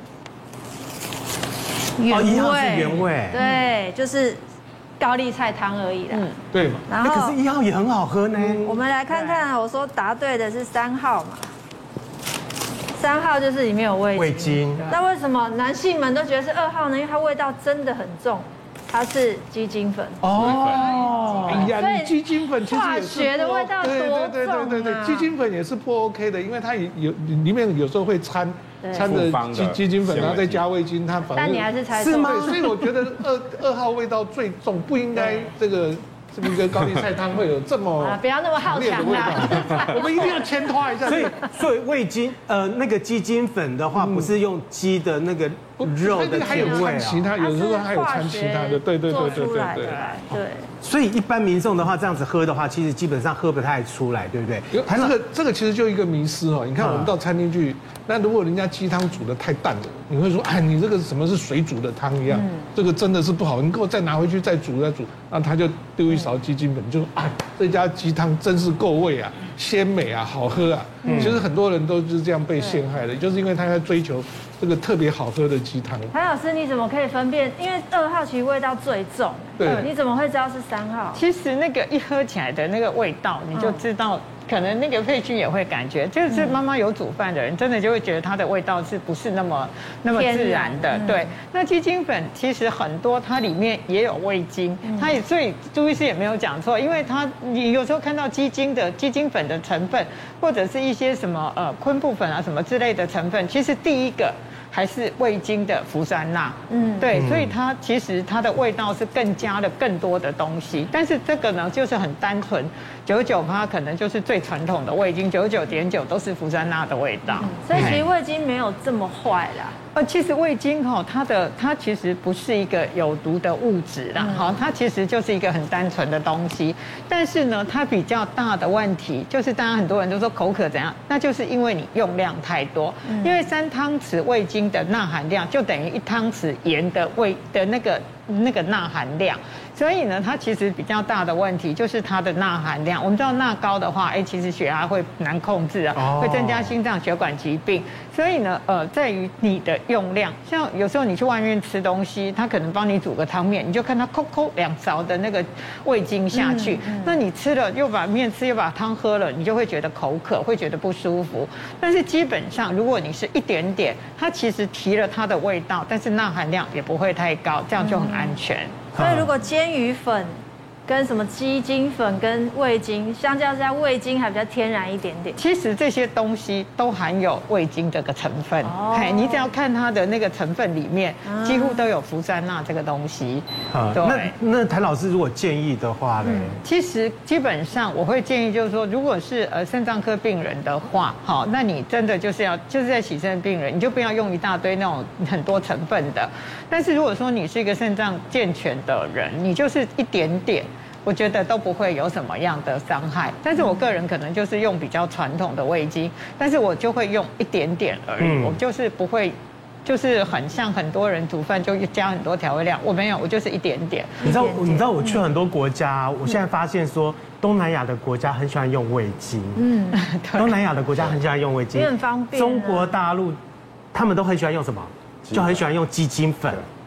原味。1号是原味。 对，就是高丽菜汤而已啦。 对嘛。 然后可是1号也很好喝呢。 我们来看看，我说答对的是3号嘛。3号就是里面有味精。那为什么男性们都觉得是2号呢？因为它味道真的很重，它是鸡精粉。 哎呀，你鸡精粉其实化学的味道多重啊！ 鸡精粉也是不 OK 的，因为它里面有时候会掺着鸡精粉，然后再加味精，它反而。 但你还是猜错。是吗？所以我觉得2号味道最重，不应该这个跟高丽菜汤会有这么不要那么好强啦！我们一定要牵拖一下。 所以味精那个鸡精粉的话，不是用鸡的那个肉的甜味啊， 有时候还有掺其他的，对。 所以一般民众的话，这样子喝的话，其实基本上喝不太出来，对不对？ 这个其实就一个迷思哦。你看我们到餐厅去，那如果人家鸡汤煮的太淡了，你会说，哎，你这个什么是水煮的汤一样，这个真的是不好，你给我再拿回去再煮，那他就丢一勺鸡精粉，就说，哎，这家鸡汤真是够味啊，鲜美啊，好喝啊。其实很多人都是这样被陷害的，就是因为他在追求这个特别好喝的鸡汤。 谭老师，你怎么可以分辨？因为2号其实味道最重， 对， 你怎么会知道是3号？ 其实那个一喝起来的那个味道，你就知道。可能那个佩君也会感觉，就是妈妈有煮饭的人，真的就会觉得它的味道是不是那么自然的？对。那鸡精粉其实很多，它里面也有味精，它也所以朱医师也没有讲错，因为你有时候看到鸡精粉的成分，或者是一些什么昆布粉啊什么之类的成分，其实第一个还是味精的呋酸钠，对，所以它其实它的味道是更加了更多的东西，但是这个呢就是很单纯，99%可能就是最传统的味精，99.9%都是呋酸钠的味道， 所以其实味精没有这么坏啦。 其实味精它其实不是一个有毒的物质啦，它其实就是一个很单纯的东西。但是呢，它比较大的问题就是，当然很多人都说口渴怎样，那就是因为你用量太多。因为3汤匙味精的钠含量就等于1汤匙盐的那个钠含量。所以呢，它其实比较大的问题就是它的钠含量。我们知道钠高的话，其实血压会难控制啊，会增加心脏血管疾病。所以呢，在于你的用量。像有时候你去外面吃东西，他可能帮你煮个汤面，你就看他扣2勺的那个味精下去，那你吃了又把面吃又把汤喝了，你就会觉得口渴，会觉得不舒服。但是基本上，如果你是一点点，它其实提了它的味道，但是钠含量也不会太高，这样就很安全。 所以如果煎鱼粉跟什么鸡精粉跟味精，相较之下味精还比较天然一点点。 其实这些东西都含有味精这个成分，你只要看它的那个成分里面，几乎都有呋酸钠这个东西。 对。那谭老师如果建议的话呢？ 其实基本上我会建议就是说，如果是肾脏科病人的话，好，那你真的就是在洗肾病人，你就不要用一大堆那种很多成分的。但是如果说你是一个肾脏健全的人，你就是一点点，我觉得都不会有什么样的伤害。但是我个人可能就是用比较传统的味精，但是我就会用一点点而已，我就是不会。就是很像很多人煮饭就加很多调味料，我没有，我就是一点点。 你知道我去很多国家，我现在发现说东南亚的国家很喜欢用味精，东南亚的国家很喜欢用味精， 也很方便。 中国大陆他们都很喜欢用什么？就很喜欢用鸡精粉。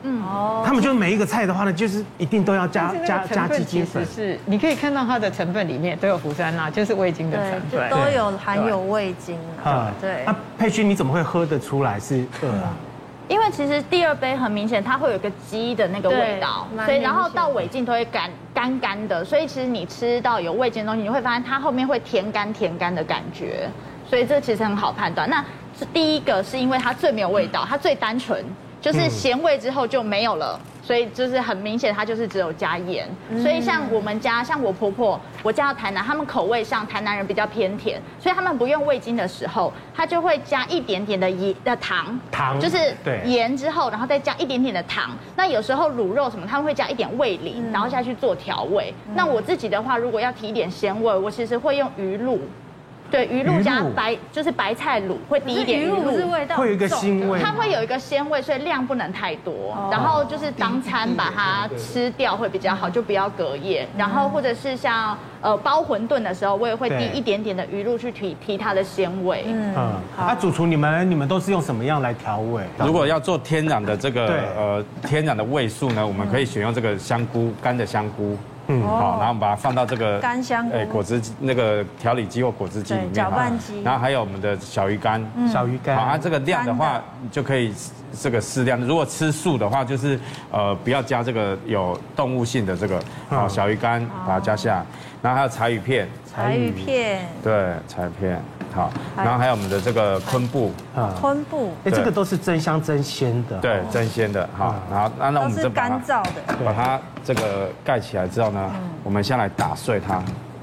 他们就每一个菜的话呢，就是一定都要加鸡精粉。 是，你可以看到它的成分里面都有呋酸钠，就是味精的成分， 都有含有味精啊。对。 那佩君你怎么会喝得出来是饿啊？ 因为其实第二杯很明显，它会有一个鸡的那个味道，所以然后到尾劲都会干的，所以其实你吃到有味精的东西，你会发现它后面会甜干的感觉，所以这其实很好判断。那是第一个是因为它最没有味道，它最单纯，就是咸味之后就没有了。所以就是很明显，它就是只有加盐。所以像我们家，像我婆婆，我家的台南，他们口味上台南人比较偏甜，所以他们不用味精的时候，他就会加一点点的糖，就是盐之后，然后再加一点点的糖。那有时候卤肉什么，他们会加一点味淋，然后下去做调味。那我自己的话，如果要提一点鲜味，我其实会用鱼露。对，鱼露加就是白菜卤，会滴一点鱼露， 是味道会有一个腥味， 它会有一个鲜味，所以量不能太多。然后就是当餐把它吃掉会比较好，就不要隔夜。然后或者是像包馄饨的时候，我也会滴一点点的鱼露去提它的鲜味。 那主厨你们都是用什么样来调味？ 如果要做天然的这个天然的味素呢，我们可以选用这个香菇，干的香菇。好，然后我们把它放到这个干香菇果汁那个调理机或果汁机里面， 搅拌机。 然后还有我们的小鱼干， 好， 它这个量的话就可以这个适量。如果吃素的话，就是不要加这个有动物性的这个好小鱼干，把它加下，然后还有柴鱼片，对，柴鱼片。好，然后还有我们的这个昆布， 这个都是增香增鲜的， 对，增鲜的。好，然后那我们就干燥的， 把它这个盖起来之后呢，我们先来打碎它。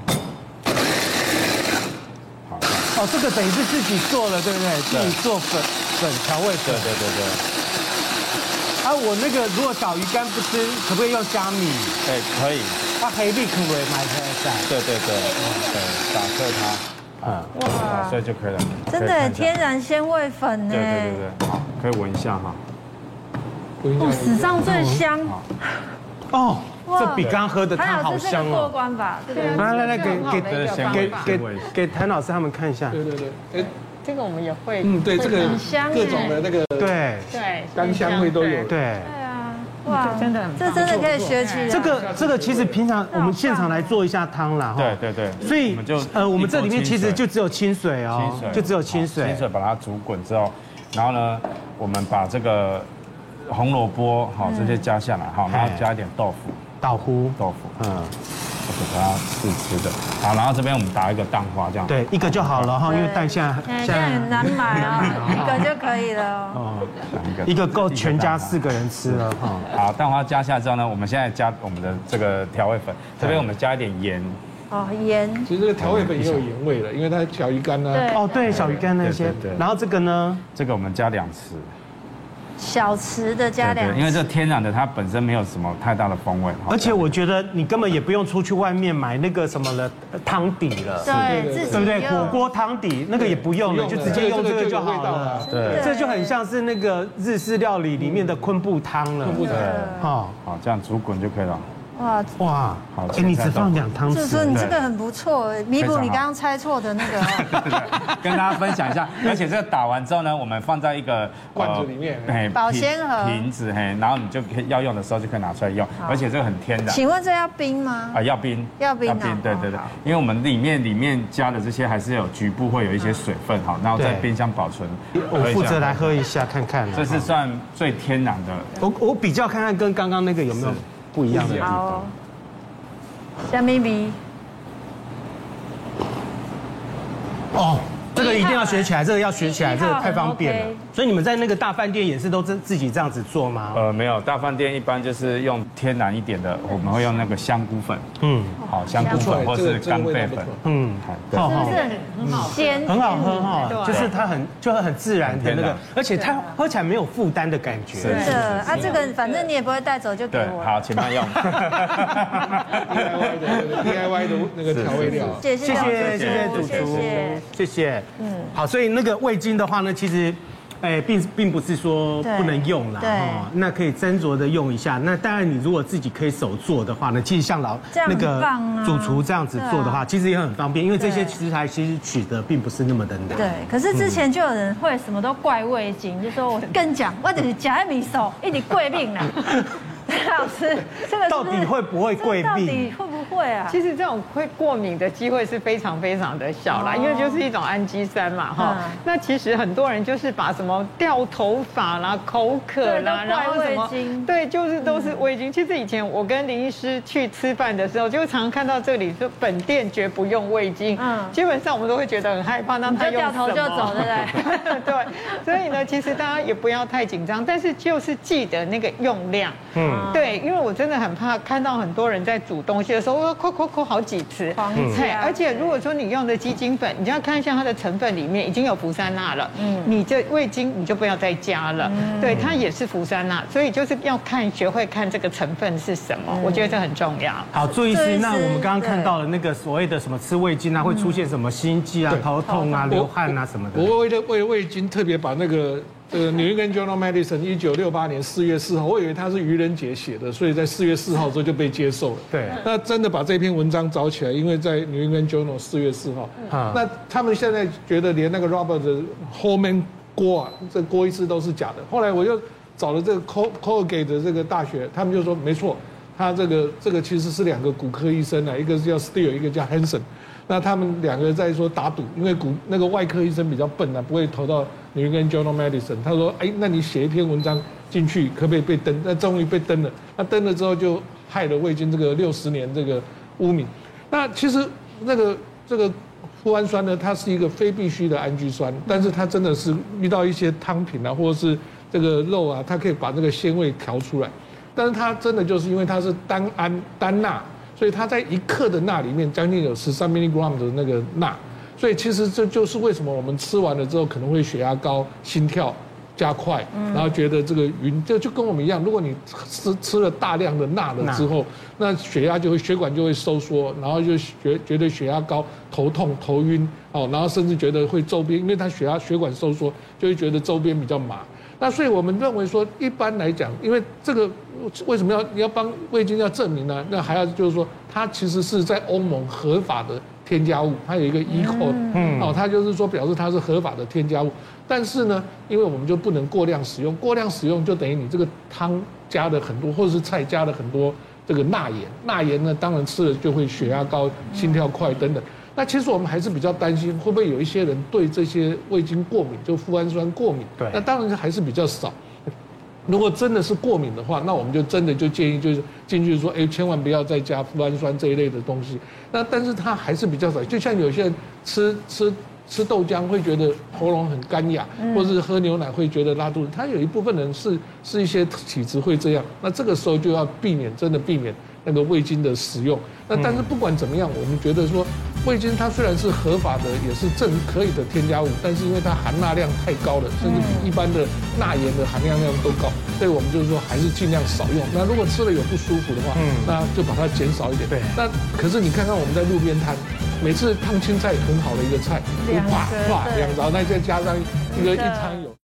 好，这个等于是自己做了，对不对？自己做粉调味粉。对。我那个如果小鱼干不吃，可不可以用虾米？ 对，可以。 它黑粒可以买回来。 对，打碎它。打碎就可以了。 真的天然鲜味粉呢。 对，好，可以闻一下哈。 史上最香。 这比刚喝的汤好香过关吧？ 来给谭老师他们看一下。 对。 这个我们也会。 对，这个很香， 各种的那个对干香味都有。 对。 哇， 真的， 这真的可以学起来。 这个其实平常我们现场来做一下汤啦， 对。 所以我们这里面其实就只有清水哦，就只有清水。 清水把它煮滚之后，然后呢，我们把这个红萝卜好这些加下来，好，然后加一点豆腐，给它试吃的。好，然后这边我们打一个蛋花这样。 对，一个就好了哈，因为蛋现在很难买啊，一个就可以了。 一个够全家4个人吃了哈。 好，蛋花加下之后呢，我们现在加我们的这个调味粉，这边我们加一点盐。 盐。 其实这个调味粉也有盐味了，因为它小鱼干呢。 对，小鱼干那些。然后这个呢？ 这个我们加2匙。 小匙的加2匙， 因为这天然的它本身没有什么太大的风味， 而且我觉得你根本也不用出去外面买那个什么的汤底了， 对不对？火锅汤底那个也不用了，就直接用这个就好了。 对， 这就很像是那个日式料理里面的昆布汤了。 好，这样煮滚就可以了。 哇， 好，你只放2汤匙， 就是说你这个很不错，弥补你刚刚猜错的那个。 跟大家分享一下，而且这个打完之后呢，我们放在一一个罐子里面， 保鲜盒瓶子，然后你就可以要用的时候就可以拿出来用，而且这个很天然。 请问这要冰吗？ 要冰， 对， 因为我们里面加的这些还是有局部会有一些水分，好，然后在冰箱保存。 我负责来喝一下看看， 这是算最天然的。 我比较看看跟刚刚那个有没有不一样的地方。 虾米味。 这个一定要学起来，这个要学起来，这个太方便了。所以你们在那个大饭店也是都自己这样子做吗？ 没有，大饭店一般就是用天然一点的，我们会用那个香菇粉。好，香菇粉或是干贝粉。 好，是不是很好鲜？ 很好喝哈，就是它很自然的那个，而且它喝起来没有负担的感觉。 真的这个反正你也不会带走，就给我。 好，请慢用。 DIY 的那个调味料。 谢谢主厨，谢谢。好，所以那个味精的话呢，其实， 并不是说不能用啦，那可以斟酌的用一下。那当然，你如果自己可以手做的话呢，其实像那个主厨这样子做的话，其实也很方便，因为这些食材其实取得并不是那么的难。 对，可是之前就有人会什么都怪味精，就说我跟你讲，我就是吃米手，一直贵病啦。老师，这个到底会不会贵病？到底会不会啊？ 其实这种会过敏的机会是非常非常的小啦，因为就是一种氨基酸嘛，哈。那其实很多人就是把什么掉头发啦、口渴啦，然后什么，对，就是都是味精。其实以前我跟林医师去吃饭的时候，就常常看到这里说本店绝不用味精，基本上我们都会觉得很害怕，那他用什么？ 掉头就走，对不对？ 对，所以呢，其实大家也不要太紧张，但是就是记得那个用量，对，因为我真的很怕看到很多人在煮东西的时候，我扣好几次，而且如果说你用的鸡精粉，你就要看一下它的成分里面已经有呋酸钠了，你这味精你就不要再加了，对，它也是呋酸钠，所以就是要学会看这个成分是什么，我觉得这很重要。 好，朱医师，那我们刚刚看到了那个所谓的什么吃味精啊，会出现什么心悸啊、头痛啊、流汗啊什么的。 我为味精特别把那个New England Journal Medicine 1968年4月4号，我以为他是愚人节写的，所以在4月4号之后就被接受了。 对， 那真的把这篇文章找起来，因为在 New England Journal 4月4号，那他们现在觉得连那个 Robert 的 Holman 锅啊，这锅一次都是假的。后来我又找了这个 Colgate 的这个大学，他们就说没错，他这个其实是2个骨科医生啊，一个叫 Steele， 一个叫 Hansen。那他们2个在说打赌，因为那个外科医生比较笨啊，不会投到 New England Journal Medicine。他说，那你写一篇文章进去，可不可以被登？那终于被登了。那登了之后，就害了味精这个60年这个污名。那其实这个脯氨酸呢，它是一个非必需的氨基酸，但是它真的是遇到一些汤品啊，或者是这个肉啊，它可以把那个鲜味调出来。但是它真的就是因为它是单钠。所以它在1克的钠里面将近有13 milligram 的那个钠，所以其实这就是为什么我们吃完了之后可能会血压高、心跳加快，然后觉得这个晕，就跟我们一样，如果你吃了大量的钠了之后，那血管就会收缩，然后就觉得血压高、头痛、头晕，然后甚至觉得会周边，因为它血管收缩，就会觉得周边比较麻。那所以我们认为说，一般来讲，因为这个为什么要帮味精要证明呢？那还要就是说，它其实是在欧盟合法的添加物，它有一个 E code，它就是说表示它是合法的添加物。但是呢，因为我们就不能过量使用，过量使用就等于你这个汤加了很多，或者是菜加了很多这个钠盐，钠盐呢当然吃了就会血压高、心跳快等等。那其实我们还是比较担心，会不会有一些人对这些味精过敏，就脯氨酸过敏？ 对， 那当然还是比较少。如果真的是过敏的话，那我们就真的就建议就是进去说，千万不要再加脯氨酸这一类的东西。那但是它还是比较少，就像有些人吃豆浆会觉得喉咙很干哑，或者是喝牛奶会觉得拉肚子，它有一部分人是一些体质会这样。那这个时候就要真的避免那个味精的使用。那但是不管怎么样，我们觉得说味精它虽然是合法的，也是可以的添加物，但是因为它含钠量太高了，甚至比一般的钠盐的含量都高，所以我们就是说还是尽量少用。那如果吃了有不舒服的话，那就把它减少一点。 对。 那可是你看看我们在路边摊，每次烫青菜很好的一个菜，2勺，那再加上一汤油。